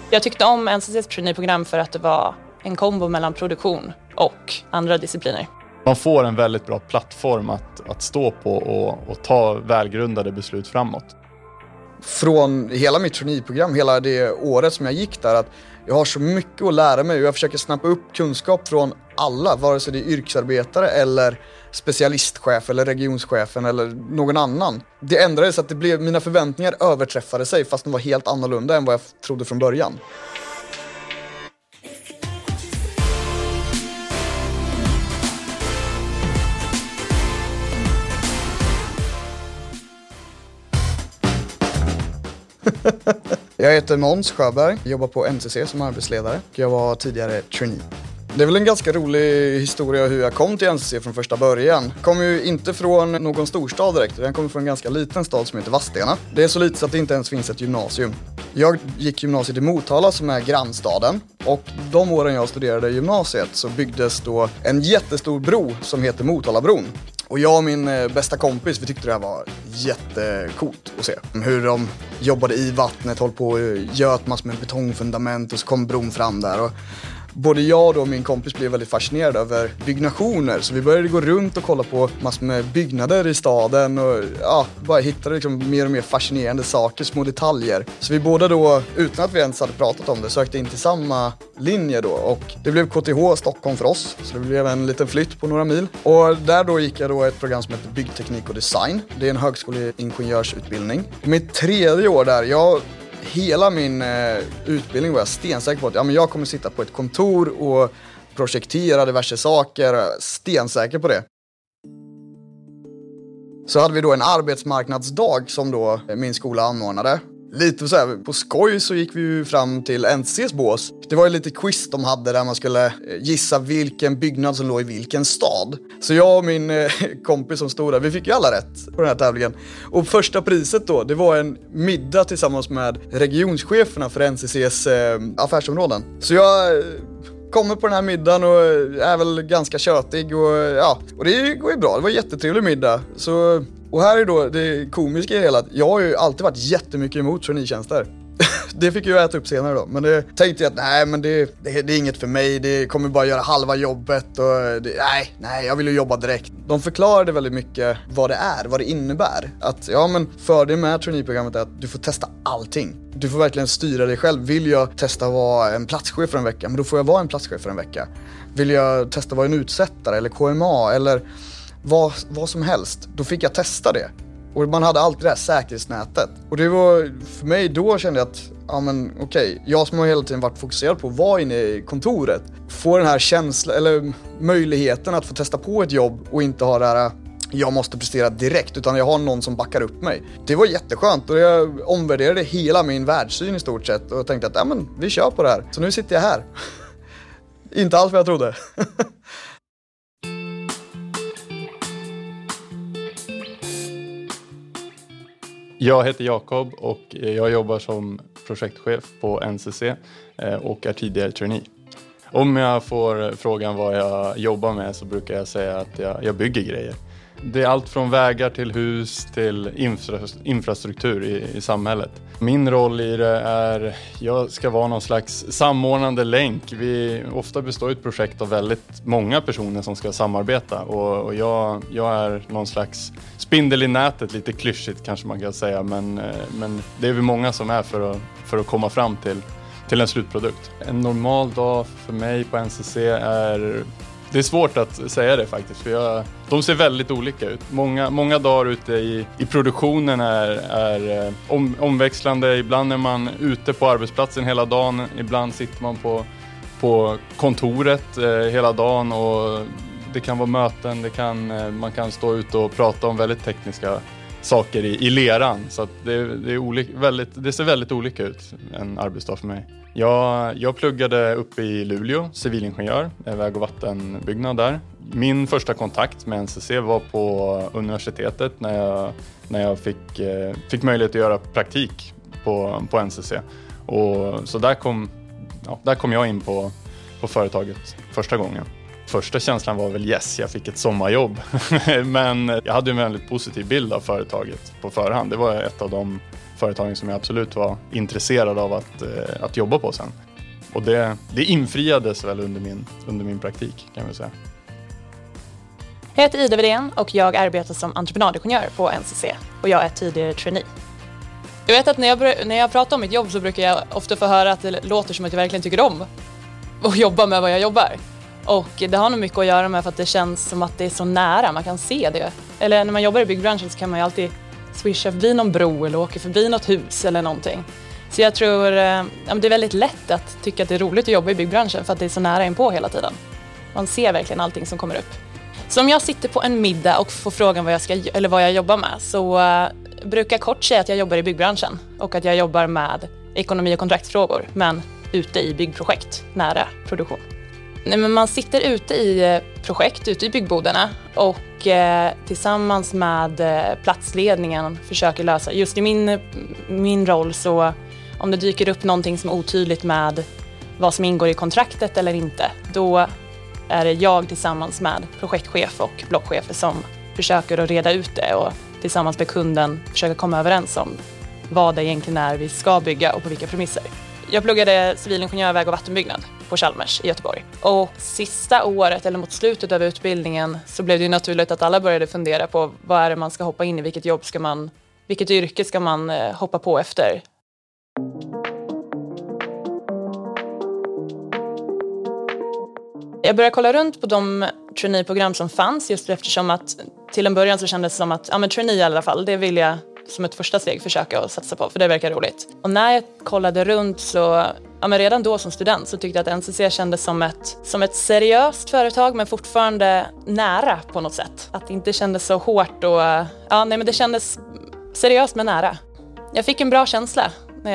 Jag tyckte om NCCs traineeprogram för att det var en kombo mellan produktion och andra discipliner. Man får en väldigt bra plattform att stå på och ta välgrundade beslut framåt. Från hela mitt traineeprogram, hela det året som jag gick där, att jag har så mycket att lära mig och jag försöker snappa upp kunskap från alla, vare sig det är yrkesarbetare eller specialistchef eller regionschefen eller någon annan. Det ändrades att mina förväntningar överträffade sig fast de var helt annorlunda än vad jag trodde från början. Jag heter Måns Sjöberg, jobbar på NCC som arbetsledare. Jag var tidigare trainee. Det är väl en ganska rolig historia hur jag kom till NCC från första början. Jag kom ju inte från någon storstad direkt, jag kom från en ganska liten stad som heter Vadstena. Det är så litet så att det inte ens finns ett gymnasium. Jag gick gymnasiet i Motala som är grannstaden, och de åren jag studerade i gymnasiet så byggdes då en jättestor bro som heter Motalabron. Och jag och min bästa kompis, vi tyckte det här var jättecoolt att se. Hur de jobbade i vattnet, höll på och göt massor med betongfundament och så kom bron fram där. Och både jag och min kompis blev väldigt fascinerade över byggnationer. Så vi började gå runt och kolla på massor med byggnader i staden och bara hittade liksom mer och mer fascinerande saker, små detaljer. Så vi båda då, utan att vi ens hade pratat om det, sökte in till samma linje då. Och det blev KTH Stockholm för oss, så det blev en liten flytt på några mil. Och där då gick jag då ett program som heter Byggteknik och design. Det är en högskoleingenjörsutbildning. Mitt 3:e år där, hela min utbildning var jag stensäker på att jag kommer sitta på ett kontor och projektera diverse saker. Stensäker på det. Så hade vi då en arbetsmarknadsdag som då min skola anordnade. Lite så här, på skoj så gick vi ju fram till NCCs bås. Det var ju lite quiz de hade där man skulle gissa vilken byggnad som låg i vilken stad. Så jag och min kompis som stod där, vi fick ju alla rätt på den här tävlingen. Och första priset då, det var en middag tillsammans med regionscheferna för NCCs affärsområden. Så jag kommer på den här middagen och är väl ganska tjötig och det går ju bra. Det var en jättetrevlig middag. Och här är då det komiska i hela att jag har ju alltid varit jättemycket emot traineetjänster. Det fick jag äta upp senare då. Men det tänkte jag att det är inget för mig. Det kommer bara göra halva jobbet. Och nej, jag vill ju jobba direkt. De förklarade väldigt mycket vad det är, vad det innebär. Att fördelen med traineeprogrammet är att du får testa allting. Du får verkligen styra dig själv. Vill jag testa att vara en platschef för en vecka, men då får jag vara en platschef för en vecka. Vill jag testa att vara en utsättare eller KMA eller vad som helst, då fick jag testa det. Och man hade alltid det här säkerhetsnätet. Och det var, för mig då kände jag att, jag som har hela tiden varit fokuserad på att vara inne i kontoret, få den här känslan, eller möjligheten att få testa på ett jobb och inte ha det här, jag måste prestera direkt, utan jag har någon som backar upp mig. Det var jätteskönt och jag omvärderade hela min världssyn i stort sett och tänkte att, vi kör på det här. Så nu sitter jag här. Inte alls vad jag trodde. Jag heter Jakob och jag jobbar som projektchef på NCC och är tidigare trainee. Om jag får frågan vad jag jobbar med så brukar jag säga att jag bygger grejer. Det är allt från vägar till hus till infrastruktur i samhället. Min roll i det är, jag ska vara någon slags samordnande länk. Vi ofta består ett projekt av väldigt många personer som ska samarbeta. Och jag är någon slags spindel i nätet, lite klyschigt kanske man kan säga. Men det är vi många som är för att komma fram till en slutprodukt. En normal dag för mig på NCC är... Det är svårt att säga det faktiskt, för de ser väldigt olika ut. Många dagar ute i produktionen är omväxlande. Ibland är man ute på arbetsplatsen hela dagen. Ibland sitter man på kontoret hela dagen. Och det kan vara möten, man kan stå ute och prata om väldigt tekniska saker i leran. Så att det ser väldigt olika ut en arbetsdag för mig. Jag pluggade uppe i Luleå, civilingenjör, väg- och vattenbyggnad där. Min första kontakt med NCC var på universitetet när jag fick möjlighet att göra praktik på NCC. Och så där kom jag in på företaget första gången. Första känslan var väl yes, jag fick ett sommarjobb. Men jag hade en väldigt positiv bild av företaget på förhand. Det var ett av de företagen som jag absolut var intresserad av att jobba på sen. Och det infriades väl under min praktik, kan vi säga. Jag heter Ida Widén och jag arbetar som entreprenadingenjör på NCC och jag är tidigare trainee. Jag vet att när jag pratar om mitt jobb så brukar jag ofta få höra att det låter som att jag verkligen tycker om att jobba med vad jag jobbar. Och det har nog mycket att göra med för att det känns som att det är så nära, man kan se det. Eller när man jobbar i byggbranschen så kan man ju alltid swisha förbi någon bro eller åka förbi något hus eller någonting. Så jag tror det är väldigt lätt att tycka att det är roligt att jobba i byggbranschen för att det är så nära inpå hela tiden. Man ser verkligen allting som kommer upp. Så om jag sitter på en middag och får frågan vad jag jobbar med så brukar jag kort säga att jag jobbar i byggbranschen och att jag jobbar med ekonomi- och kontraktsfrågor men ute i byggprojekt, nära produktion. Nej, men man sitter ute i projekt, ute i byggbodarna och tillsammans med platsledningen försöker lösa. Just i min roll så om det dyker upp någonting som är otydligt med vad som ingår i kontraktet eller inte, då är det jag tillsammans med projektchef och blockchefer som försöker att reda ut det och tillsammans med kunden försöka komma överens om vad det egentligen är vi ska bygga och på vilka premisser. Jag pluggade civilingenjör, väg- och vattenbyggnad på Chalmers i Göteborg. Och sista året eller mot slutet av utbildningen så blev det ju naturligt att alla började fundera på vad är det man ska hoppa in i, vilket yrke ska man hoppa på efter. Jag började kolla runt på de trainee-program som fanns just eftersom att till en början så kändes det som att trainee i alla fall, det vill jag som ett första steg försöka att satsa på för det verkar roligt. Och när jag kollade runt så, redan då som student så tyckte jag att NCC kändes som ett seriöst företag men fortfarande nära på något sätt. Att det inte kändes så hårt och, men det kändes seriöst men nära. Jag fick en bra känsla när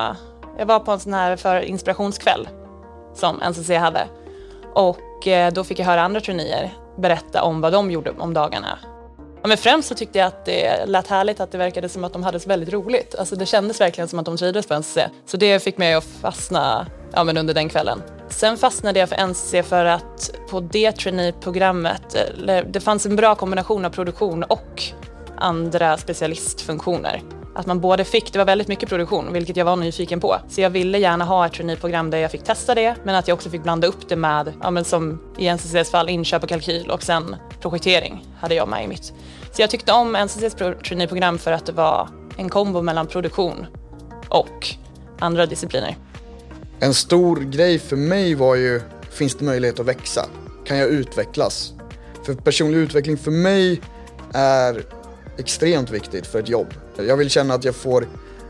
jag var på en sån här för inspirationskväll som NCC hade. Och då fick jag höra andra traineer berätta om vad de gjorde om dagarna. Men främst så tyckte jag att det lät härligt att det verkade som att de hade så väldigt roligt. Alltså det kändes verkligen som att de trivdes på NCC. Så det fick mig att fastna under den kvällen. Sen fastnade jag för NCC för att på det trainee-programmet det fanns en bra kombination av produktion och andra specialistfunktioner. Att man både det var väldigt mycket produktion, vilket jag var nyfiken på. Så jag ville gärna ha ett trainee-program där jag fick testa det, men att jag också fick blanda upp det med, som i NCCs fall, inköp och kalkyl och sen projektering hade jag med i mitt. Så jag tyckte om NCCs trainee-program för att det var en kombo mellan produktion och andra discipliner. En stor grej för mig var ju, finns det möjlighet att växa? Kan jag utvecklas? För personlig utveckling för mig är extremt viktigt för ett jobb. Jag vill känna att jag får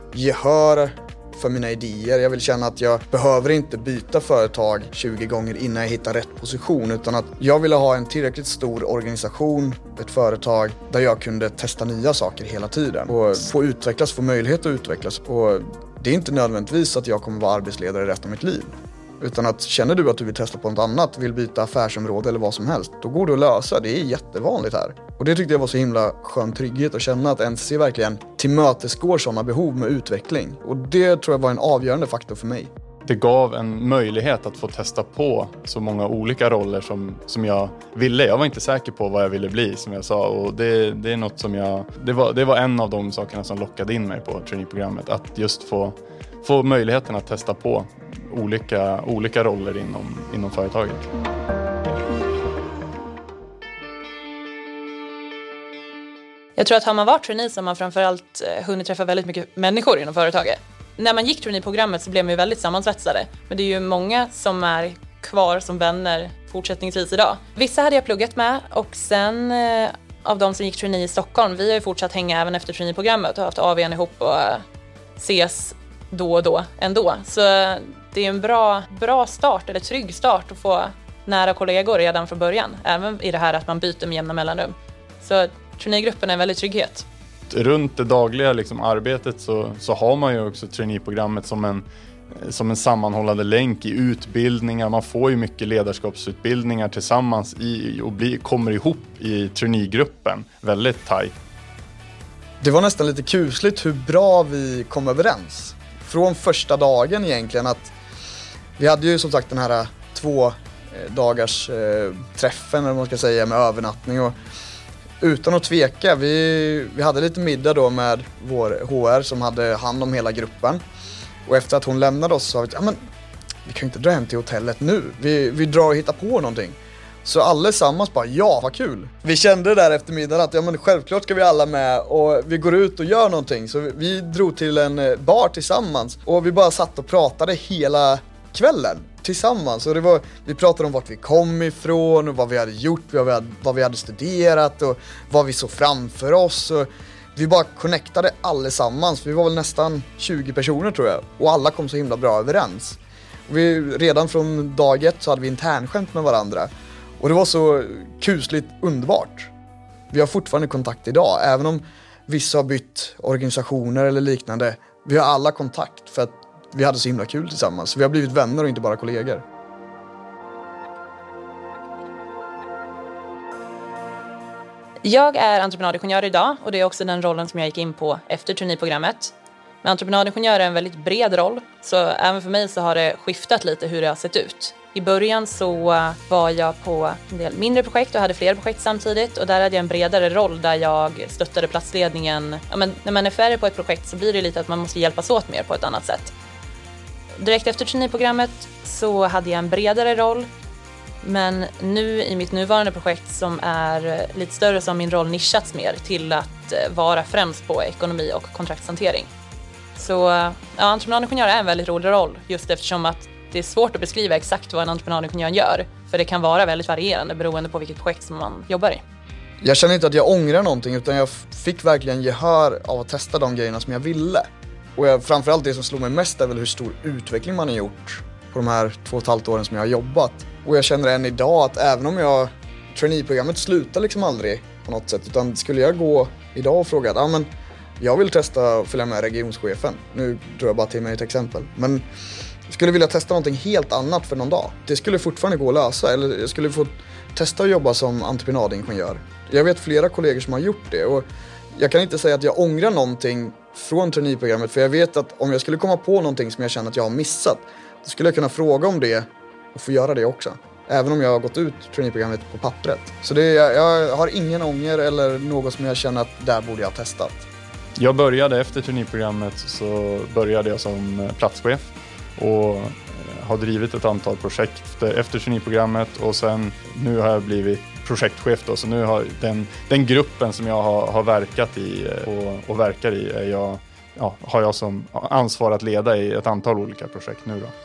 gehör för mina idéer. Jag vill känna att jag behöver inte byta företag 20 gånger innan jag hittar rätt position, utan att jag ville ha en tillräckligt stor organisation, ett företag där jag kunde testa nya saker hela tiden och få möjlighet att utvecklas. Och det är inte nödvändigtvis att jag kommer vara arbetsledare resten av mitt liv. Utan att känner du att du vill testa på något annat, vill byta affärsområde eller vad som helst, då går det att lösa. Det är jättevanligt här. Och det tyckte jag var så himla skön trygghet att känna att NCC verkligen tillmötesgår sådana behov med utveckling. Och det tror jag var en avgörande faktor för mig. Det gav en möjlighet att få testa på så många olika roller som jag ville. Jag var inte säker på vad jag ville bli, som jag sa. Och det är något som det var en av de sakerna som lockade in mig på traineeprogrammet. Att just få möjligheten att testa på olika roller inom företaget. Jag tror att har man varit trainee så har man framförallt hunnit träffa väldigt mycket människor inom företaget. När man gick trainee-programmet så blev man ju väldigt sammansvetsade. Men det är ju många som är kvar som vänner fortsättningsvis idag. Vissa hade jag pluggat med och sen av de som gick trainee i Stockholm, vi har ju fortsatt hänga även efter trainee-programmet och haft AW:n ihop och ses då och då ändå. Så det är en bra start eller trygg start att få nära kollegor redan från början. Även i det här att man byter med jämna mellanrum. Så traineegruppen är en väldigt trygghet. Runt det dagliga arbetet så har man ju också traineeprogrammet som en sammanhållande länk i utbildningar. Man får ju mycket ledarskapsutbildningar tillsammans kommer ihop i traineegruppen väldigt tajt. Det var nästan lite kusligt hur bra vi kom överens. Från första dagen egentligen att vi hade ju som sagt den här 2 dagars träffen, eller vad man ska säga, med övernattning. Och utan att tveka, vi hade lite middag då med vår HR som hade hand om hela gruppen. Och efter att hon lämnade oss så sa vi, ja men vi kan ju inte dra hem till hotellet nu. Vi drar och hittar på någonting. Så allesammans bara, ja vad kul. Vi kände där efter middagen att ja men självklart ska vi alla med och vi går ut och gör någonting. Så vi drog till en bar tillsammans och vi bara satt och pratade hela kvällen tillsammans. Och vi pratade om vart vi kom ifrån och vad vi hade gjort, vad vi hade studerat och vad vi såg framför oss. Och vi bara connectade allesammans. Vi var väl nästan 20 personer tror jag. Och alla kom så himla bra överens. Och redan från dag 1 så hade vi internskämt med varandra. Och det var så kusligt underbart. Vi har fortfarande kontakt idag. Även om vissa har bytt organisationer eller liknande. Vi har alla kontakt för att vi hade så himla kul tillsammans. Vi har blivit vänner och inte bara kollegor. Jag är entreprenadingenjör idag och det är också den rollen som jag gick in på efter traineeprogrammet. Men entreprenadingenjör är en väldigt bred roll, så även för mig så har det skiftat lite hur det har sett ut. I början så var jag på en del mindre projekt och hade fler projekt samtidigt och där hade jag en bredare roll där jag stöttade platsledningen. Ja, men när man är färdig på ett projekt så blir det lite att man måste hjälpas åt mer på ett annat sätt. Direkt efter traineeprogrammet så hade jag en bredare roll, men nu i mitt nuvarande projekt som är lite större så har min roll nischats mer till att vara främst på ekonomi och kontraktshantering. Så ja, entreprenadingenjör är en väldigt rolig roll just eftersom att det är svårt att beskriva exakt vad en entreprenadingenjör gör. För det kan vara väldigt varierande beroende på vilket projekt som man jobbar i. Jag känner inte att jag ångrar någonting utan jag fick verkligen gehör av att testa de grejerna som jag ville. Och framförallt det som slog mig mest är väl hur stor utveckling man har gjort på de här 2,5 åren som jag har jobbat. Och jag känner än idag att även om traineeprogrammet slutar liksom aldrig på något sätt. Utan skulle jag gå idag och fråga att men jag vill testa att följa med regionschefen. Nu drar jag bara till mig ett exempel. Men jag skulle vilja testa någonting helt annat för någon dag. Det skulle fortfarande gå att lösa. Eller jag skulle få testa att jobba som entreprenadingenjör. Jag vet flera kollegor som har gjort det. Och jag kan inte säga att jag ångrar någonting från traineeprogrammet. För jag vet att om jag skulle komma på någonting som jag känner att jag har missat. Då skulle jag kunna fråga om det och få göra det också. Även om jag har gått ut traineeprogrammet på pappret. Så jag har ingen ånger eller något som jag känner att där borde jag ha testat. Jag började efter traineeprogrammet så började jag som platschef och har drivit ett antal projekt efter traineeprogrammet och sen nu har jag blivit projektchef då, så nu har den gruppen som jag har verkat i och verkar i har jag som ansvar att leda i ett antal olika projekt nu då.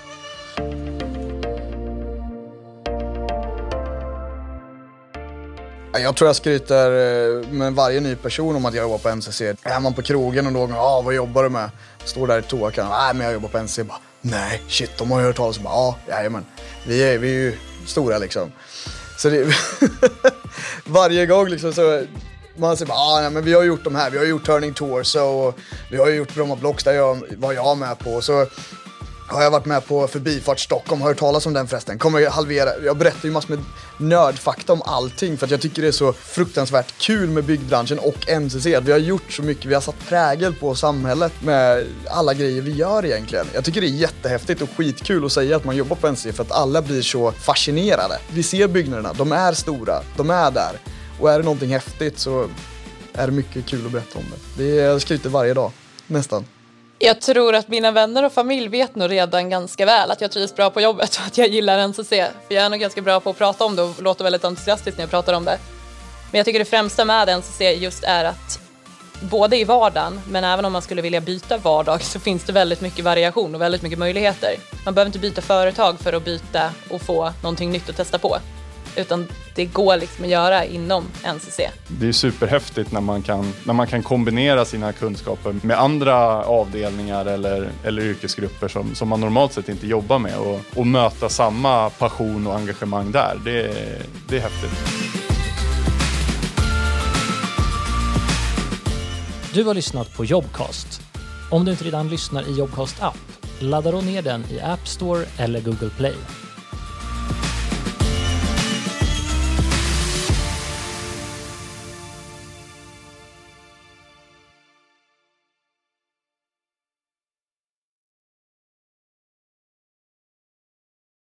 Jag tror jag skryter med varje ny person om att jag jobbar på NCC. Är man på krogen och någon, vad jobbar du med? Står där i toakan, men jag jobbar på NCC. Bara, nej, shit, de har ju hört talas om. Jajamän, vi är ju stora liksom. Så det varje gång liksom så man säger men vi har gjort de här, vi har gjort Turning Tours och vi har gjort Bromma Blocks där var jag med på. Så har jag varit med på Förbifart Stockholm, har hört talas om den förresten. Kommer jag halvera. Jag berättar ju massor med nördfakta om allting för att jag tycker det är så fruktansvärt kul med byggbranschen och NCC. Att vi har gjort så mycket, vi har satt prägel på samhället med alla grejer vi gör egentligen. Jag tycker det är jättehäftigt och skitkul att säga att man jobbar på NCC för att alla blir så fascinerade. Vi ser byggnaderna, de är stora, de är där. Och är det någonting häftigt så är det mycket kul att berätta om det. Jag skryter varje dag, nästan. Jag tror att mina vänner och familj vet nog redan ganska väl att jag trivs bra på jobbet och att jag gillar NCC. För jag är nog ganska bra på att prata om det och låter väldigt entusiastisk när jag pratar om det. Men jag tycker det främsta med NCC just är att både i vardagen, men även om man skulle vilja byta vardag så finns det väldigt mycket variation och väldigt mycket möjligheter. Man behöver inte byta företag för att byta och få någonting nytt att testa på. Utan det går liksom att göra inom NCC. Det är superhäftigt när man kan kombinera sina kunskaper med andra avdelningar eller yrkesgrupper som man normalt sett inte jobbar med och möta samma passion och engagemang där. Det är häftigt. Du har lyssnat på Jobcast. Om du inte redan lyssnar i Jobcast app, ladda då ner den i App Store eller Google Play.